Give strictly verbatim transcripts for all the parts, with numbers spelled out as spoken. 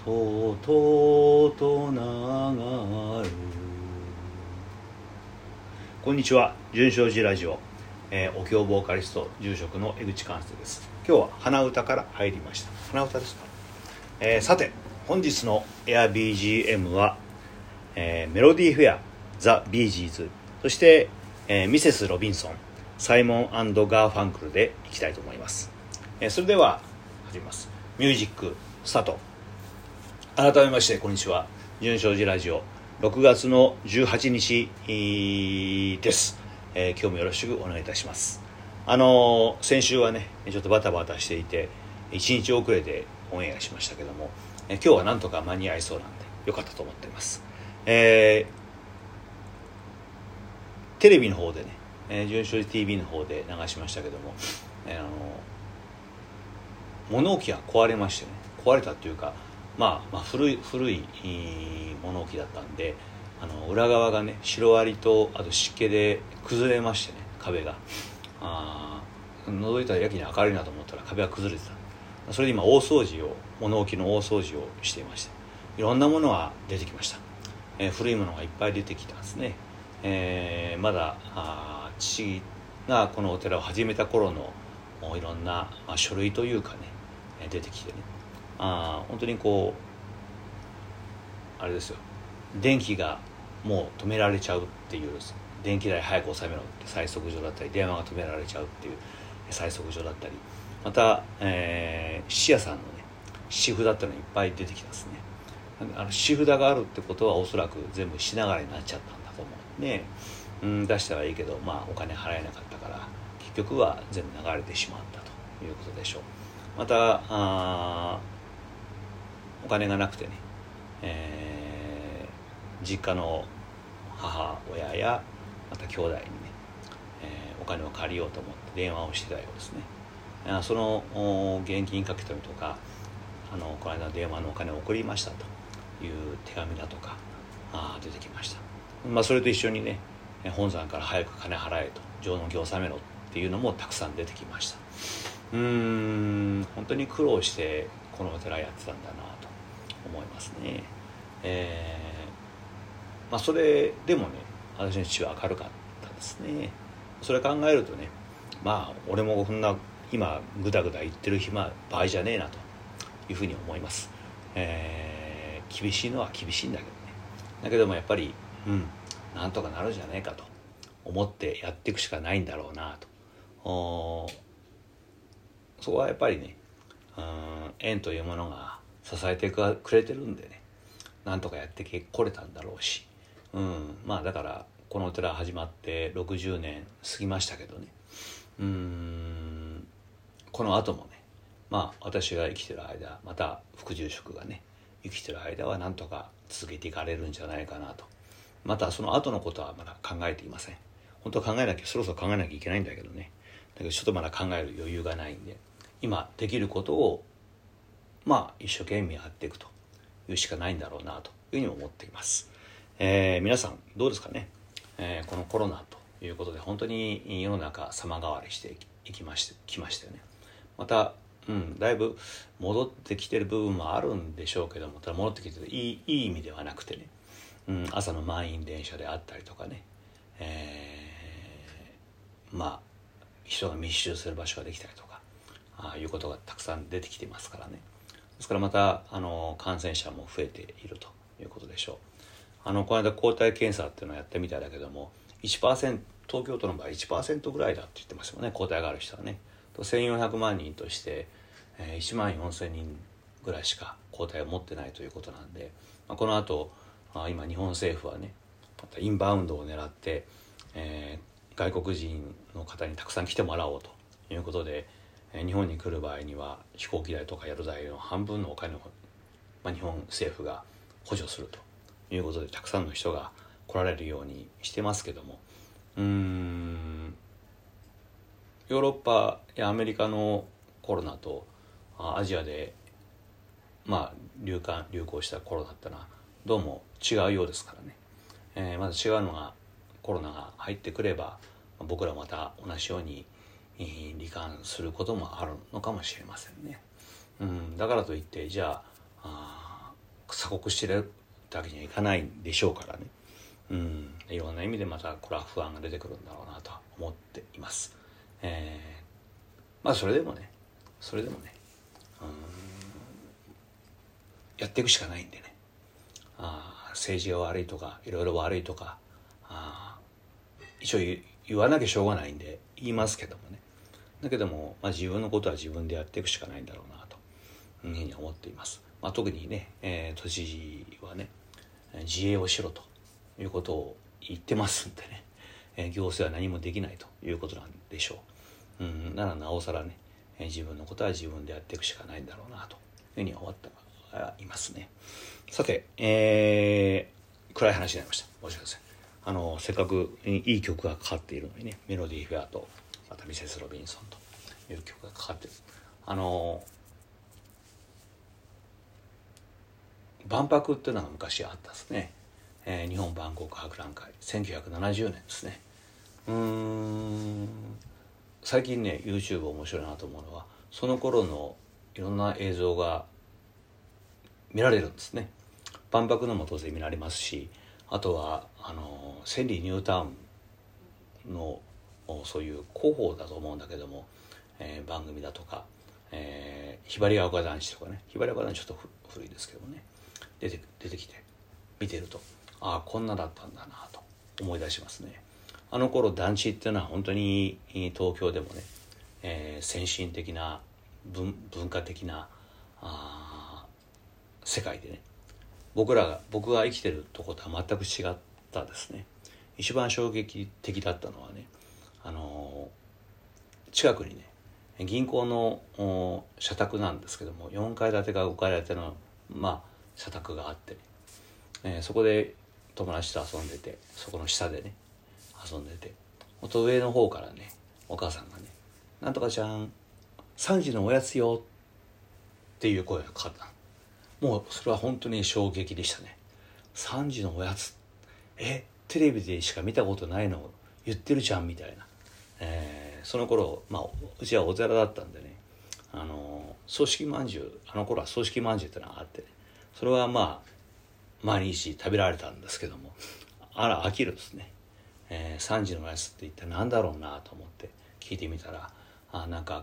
とうとうと流る。こんにちは、純正寺ラジオ、えー、お経ボーカリスト住職の江口寛生です。今日は鼻歌から入りました。鼻歌ですか、えー、さて本日のエア ビージーエム は、えー、メロディーフェアザ・ビージーズ、そして、えー、ミセス・ロビンソン、サイモン&ガーファンクルでいきたいと思います。えー、それでは始めます。ミュージックスタート。改めましてこんにちは、純正寺ラジオろくがつのじゅうはちにちです、えー、今日もよろしくお願いいたします。あのー、先週はねちょっとバタバタしていていちにち遅れでオンエアしましたけども、えー、今日はなんとか間に合いそうなんでよかったと思っています。えー、テレビの方でね、えー、純正寺 ティーブイ の方で流しましたけども、えー、あの物置が壊れましてね、壊れたっていうかまあ、まあ古い古い物置だったんで、あの裏側がねシロアリとあと湿気で崩れましてね、壁があ覗いたらやけに明るいなと思ったら壁が崩れてた。それで今大掃除を物置の大掃除をしていまして、いろんなものが出てきました。えー、古いものがいっぱい出てきたんですね。えー、まだあ父がこのお寺を始めた頃のいろんな、まあ、書類というかね出てきてね、あ本当にこうあれですよ、電気がもう止められちゃうっていう、電気代早く納めろって催促状だったり、電話が止められちゃうっていう催促状だったり、また、えー、質屋さんのね質札っていうのがいっぱい出てきたんですね。あの質札があるってことはおそらく全部品柄になっちゃったんだと思うね。うん、出したらいいけど、まあお金払えなかったから結局は全部流れてしまったということでしょう。またあお金がなくてね、えー、実家の母親やまた兄弟にね、えー、お金を借りようと思って電話をしてたようですね。その現金書き留めとか、あのこの間電話のお金を送りましたという手紙だとかあ出てきました。まあ、それと一緒にね、本山から早く金払えと、上納金を納めろっていうのもたくさん出てきました。うーん本当に苦労してこのお寺やってたんだなと思いますね。えー、まあそれでもね私の父は明るかったですね。それ考えるとね、まあ俺もこんな今グダグダ言ってる暇場合じゃねえなというふうに思います。えー、厳しいのは厳しいんだけどね、だけどもやっぱりうんなんとかなるんじゃねえかと思ってやっていくしかないんだろうなと。そこはやっぱりね、うん縁というものが支えてくれてるんでね、なんとかやってこれたんだろうし、うん、まあだからこのお寺始まってろくじゅうねん過ぎましたけどね、うーんこの後もね、まあ私が生きてる間、また副住職がね生きてる間はなんとか続けていかれるんじゃないかなと。またその後のことはまだ考えていません。本当は考えなきゃ、そろそろ考えなきゃいけないんだけどね、だけどちょっとまだ考える余裕がないんで、今できることをまあ一生懸命やっていくというしかないんだろうなというふうに思っています。えー、皆さんどうですかね。えー、このコロナということで本当に世の中様変わりしていきましてきましたよね。また、うん、だいぶ戻ってきてる部分もあるんでしょうけども、ただ戻ってきてるいい、いい意味ではなくてね、うん、朝の満員電車であったりとかね、えー、まあ人が密集する場所ができたりとかああいうことがたくさん出てきていますからね。ですからまたあの感染者も増えているということでしょう。あのこの間抗体検査っていうのをやってみたんだけども いちパーセント、東京都の場合 いちパーセント ぐらいだって言ってますよね、抗体がある人はね。せんよんひゃくまんにんとしていちまんよんせんにんぐらいしか抗体を持ってないということなんで、この後今日本政府はねまたインバウンドを狙って、えー、外国人の方にたくさん来てもらおうということで、日本に来る場合には飛行機代とか宿代の半分のお金を、まあ、日本政府が補助するということでたくさんの人が来られるようにしてますけども、うーんヨーロッパやアメリカのコロナとアジアでまあ流感流行したコロナってのはどうも違うようですからね、えー、まず違うのがコロナが入ってくれば僕らまた同じように罹患することもあるのかもしれませんね。うん、だからといってじゃあ、あ鎖国してるだけにはいかないんでしょうからね、うん、いろんな意味でまたこれは不安が出てくるんだろうなと思っています。えー、まあそれでもねそれでもねうんやっていくしかないんでね、あ政治が悪いとかいろいろ悪いとかあ一応言わなきゃしょうがないんで言いますけどもね、だけども、まあ、自分のことは自分でやっていくしかないんだろうなというふうに思っています。まあ、特にね、えー、都知事はね自衛をしろということを言ってますんでね、えー、行政は何もできないということなんでしょう。うん、ならなおさらね、えー、自分のことは自分でやっていくしかないんだろうなというふうに思っていますね。さて、えー、暗い話になりました。申し訳ありません。あのせっかくいい曲がかかっているのにね、メロディーフェアとまたミセス・ロビンソンという曲がかかっている。あの万博っていうのが昔あったですね、えー、日本万国博覧会せんきゅうひゃくななじゅうねんですね。うーん最近ね YouTube 面白いなと思うのはその頃のいろんな映像が見られるんですね。万博のも当然見られますし、あとはあの千里ニュータウンのそういう広報だと思うんだけども、えー、番組だとか、えー、ひばりが丘男子とかね、ひばりが丘男子ちょっと古いですけどもね、出て出てきて見てると、ああこんなだったんだなと思い出しますね。あの頃団地っていうのは本当に東京でもね、えー、先進的な 文, 文化的なあ世界でね、僕らが僕が生きてるとことは全く違ったですね。一番衝撃的だったのはね、あのー、近くにね銀行の社宅なんですけどもよんかい建てかごかい建てのまあ社宅があって、ねえー、そこで友達と遊んでて、そこの下でね遊んでて、ほんと上の方からねお母さんがね「なんとかちゃんさんじのおやつよ」っていう声がかかった。もうそれは本当に衝撃でしたね。さんじのおやつ、えテレビでしか見たことないの言ってるじゃんみたいな、えー、その頃、まあ、うちはお寺だったんでね、あの葬式まんじゅう、あの頃は葬式まんじゅうってのがあってね、それはまあ毎日食べられたんですけども、あら飽きるですね、えー、さんじのおやつって一体何だろうなと思って聞いてみたら、あなんか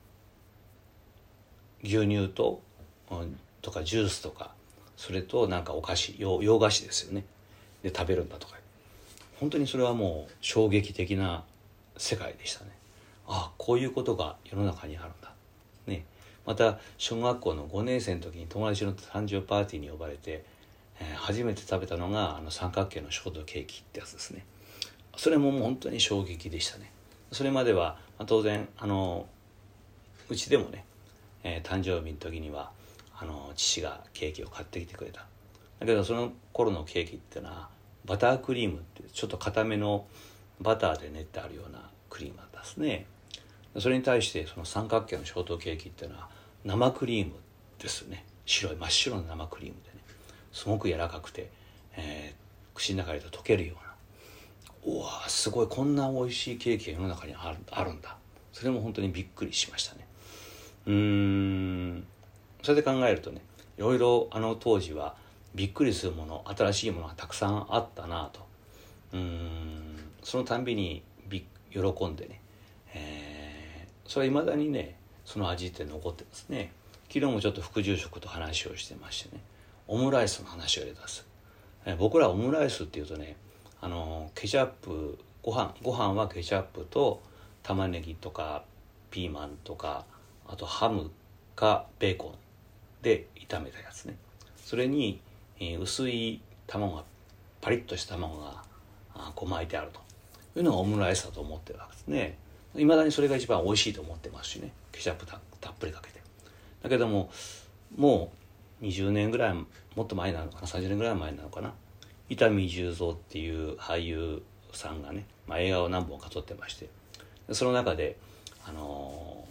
牛乳と、うんとかジュースとか、それとなんかお菓子 洋, 洋菓子ですよねで食べるんだとか、本当にそれはもう衝撃的な世界でしたね。ああこういうことが世の中にあるんだね。また小学校のごねん生の時に友達の誕生パーティーに呼ばれて、えー、初めて食べたのがあの三角形のショートケーキってやつですね。それももう本当に衝撃でしたね。それまでは、まあ、当然あのうちでもね、えー、誕生日の時にはあの父がケーキを買ってきてくれた。だけどその頃のケーキっていうのはバタークリームってちょっと固めのバターで練ってあるようなクリームだったんですね。それに対してその三角形のショートケーキっていうのは生クリームですね。白い真っ白な生クリームでね、すごく柔らかくて、えー、口の中に入れると溶けるような、うわすごいこんな美味しいケーキが世の中にあ る, あるんだ。それも本当にびっくりしましたね。うーんそれで考えるとね、いろいろあの当時はびっくりするもの、新しいものがたくさんあったなと。うーんそのたんびにび喜んでね、えー、それはいまだにねその味って残ってますね。昨日もちょっと副住職と話をしてましてね、オムライスの話を出す、えー、僕らオムライスっていうとね、あのケチャップご飯ご飯はケチャップと玉ねぎとかピーマンとか、あとハムかベーコンで炒めたやつね。それに、えー、薄い卵がパリッとした卵がこう巻いてあるというのがオムライスだと思ってるわけですね。いまだにそれが一番美味しいと思ってますしね、ケチャップ た, たっぷりかけて。だけどももうにじゅうねんぐらいもっと前なのかな、さんじゅうねんぐらい前なのかな、伊丹十三っていう俳優さんがね、まあ、映画を何本か撮ってまして、その中であの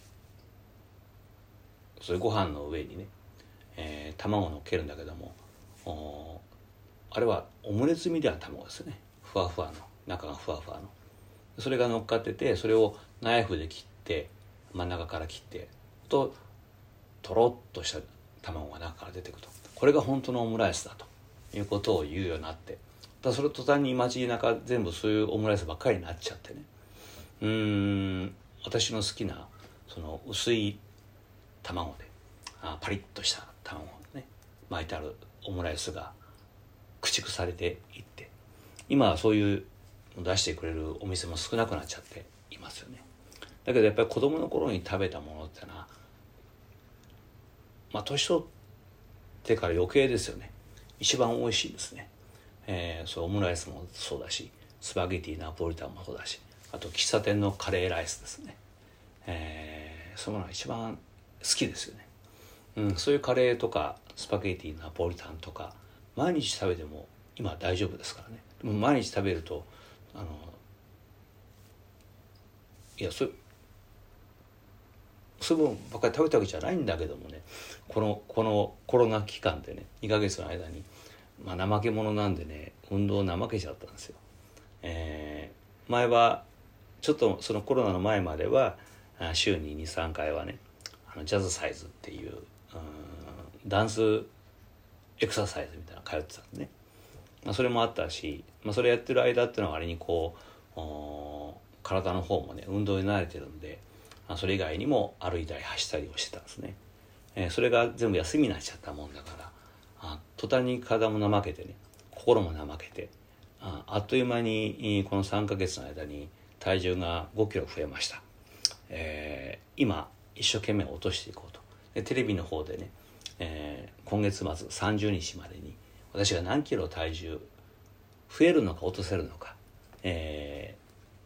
ー、それご飯の上にね、えー、卵を乗っけるんだけども、あれはオムレツみたいな卵ですよね。ふわふわの、中がふわふわの、それが乗っかってて、それをナイフで切って真ん中から切ってととろっとした卵が中から出てくると、 これが本当のオムライスだということを言うようになって、だそれ途端に街中全部そういうオムライスばっかりになっちゃってね、うーん私の好きなその薄い卵であパリッとした卵をね巻いてあるオムライスが駆逐されていって、今はそういう出してくれるお店も少なくなっちゃっていますよね。だけどやっぱり子供の頃に食べたものってのはまあ年取ってから余計ですよね。一番美味しいですね。えー、そうオムライスもそうだし、スパゲティナポリタンもそうだし、あと喫茶店のカレーライスですね。えー、そういうものが一番好きですよね。うん、そういうカレーとかスパゲティナポリタンとか毎日食べても今大丈夫ですからね。でも毎日食べるとあのいやそうそういうものばっかり食べたわけじゃないんだけどもね、このこのコロナ期間でねにかげつの間に、まあ、怠け者なんでね運動を怠けちゃったんですよ。えー、前はちょっとそのコロナの前までは週に にさんかいはねあのジャズサイズっていう、うんダンスエクササイズみたいなの通ってたんでね、まあ、それもあったし、まあ、それやってる間っていうのは割にこう体の方もね運動に慣れてるんで、まあ、それ以外にも歩いたり走ったりをしてたんですね。えー、それが全部休みになっちゃったもんだからあ途端に体も怠けてね心も怠けて あ, あっという間にこのさんかげつの間に体重がごキロ増えました。えー、今一生懸命落としていこうと。でテレビの方でね、えー、今月末さんじゅうにちまでに私が何キロ体重増えるのか落とせるのか、え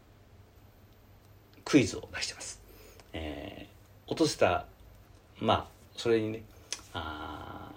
ー、クイズを出してます。えー、落とせたまあそれにねあ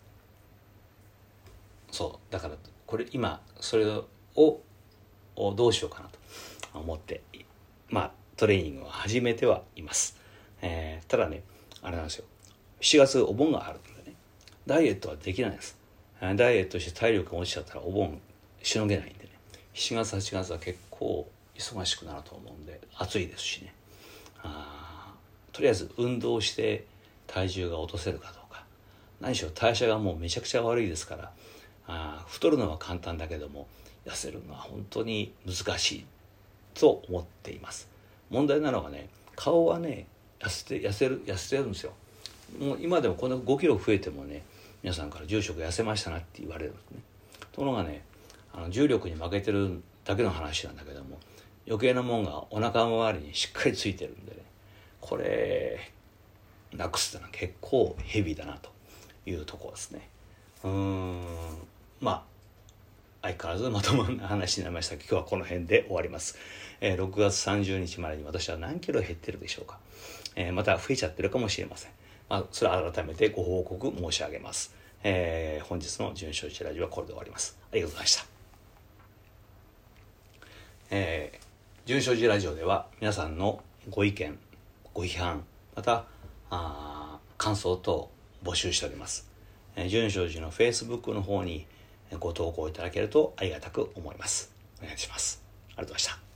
そうだからこれ今それをどうしようかなと思ってまあトレーニングを始めてはいます。えー、ただねあれなんですよ、しちがつお盆があるんでねダイエットはできないんです。ダイエットして体力が落ちちゃったらお盆しのげないんでね、しちがつはちがつは結構忙しくなると思うんで暑いですしね、あとりあえず運動して体重が落とせるかどうか、何しろ代謝がもうめちゃくちゃ悪いですから、あ太るのは簡単だけども痩せるのは本当に難しいと思っています。問題なのがね顔はね痩せて痩せる痩せてるんですよ。もう今でもこのごキロ増えてもね皆さんから住職痩せましたなって言われるんですね。ところがねあの重力に負けてるだけの話なんだけども余計なもんがお腹周りにしっかりついてるんでね、これなくすってのは結構ヘビーだなというところですね。うーんまあ相変わらずまともな話になりましたが今日はこの辺で終わります。えー、ろくがつさんじゅうにちまでに私は何キロ減ってるでしょうか。えー、また増えちゃってるかもしれません。まあ、それは改めてご報告申し上げます。えー、本日の純正寺ラジオはこれで終わります。ありがとうございました。えー、純正寺ラジオでは皆さんのご意見ご批判またあ感想等募集しております。えー、純正寺の Facebook の方にご投稿いただけるとありがたく思います。お願いします。ありがとうございました。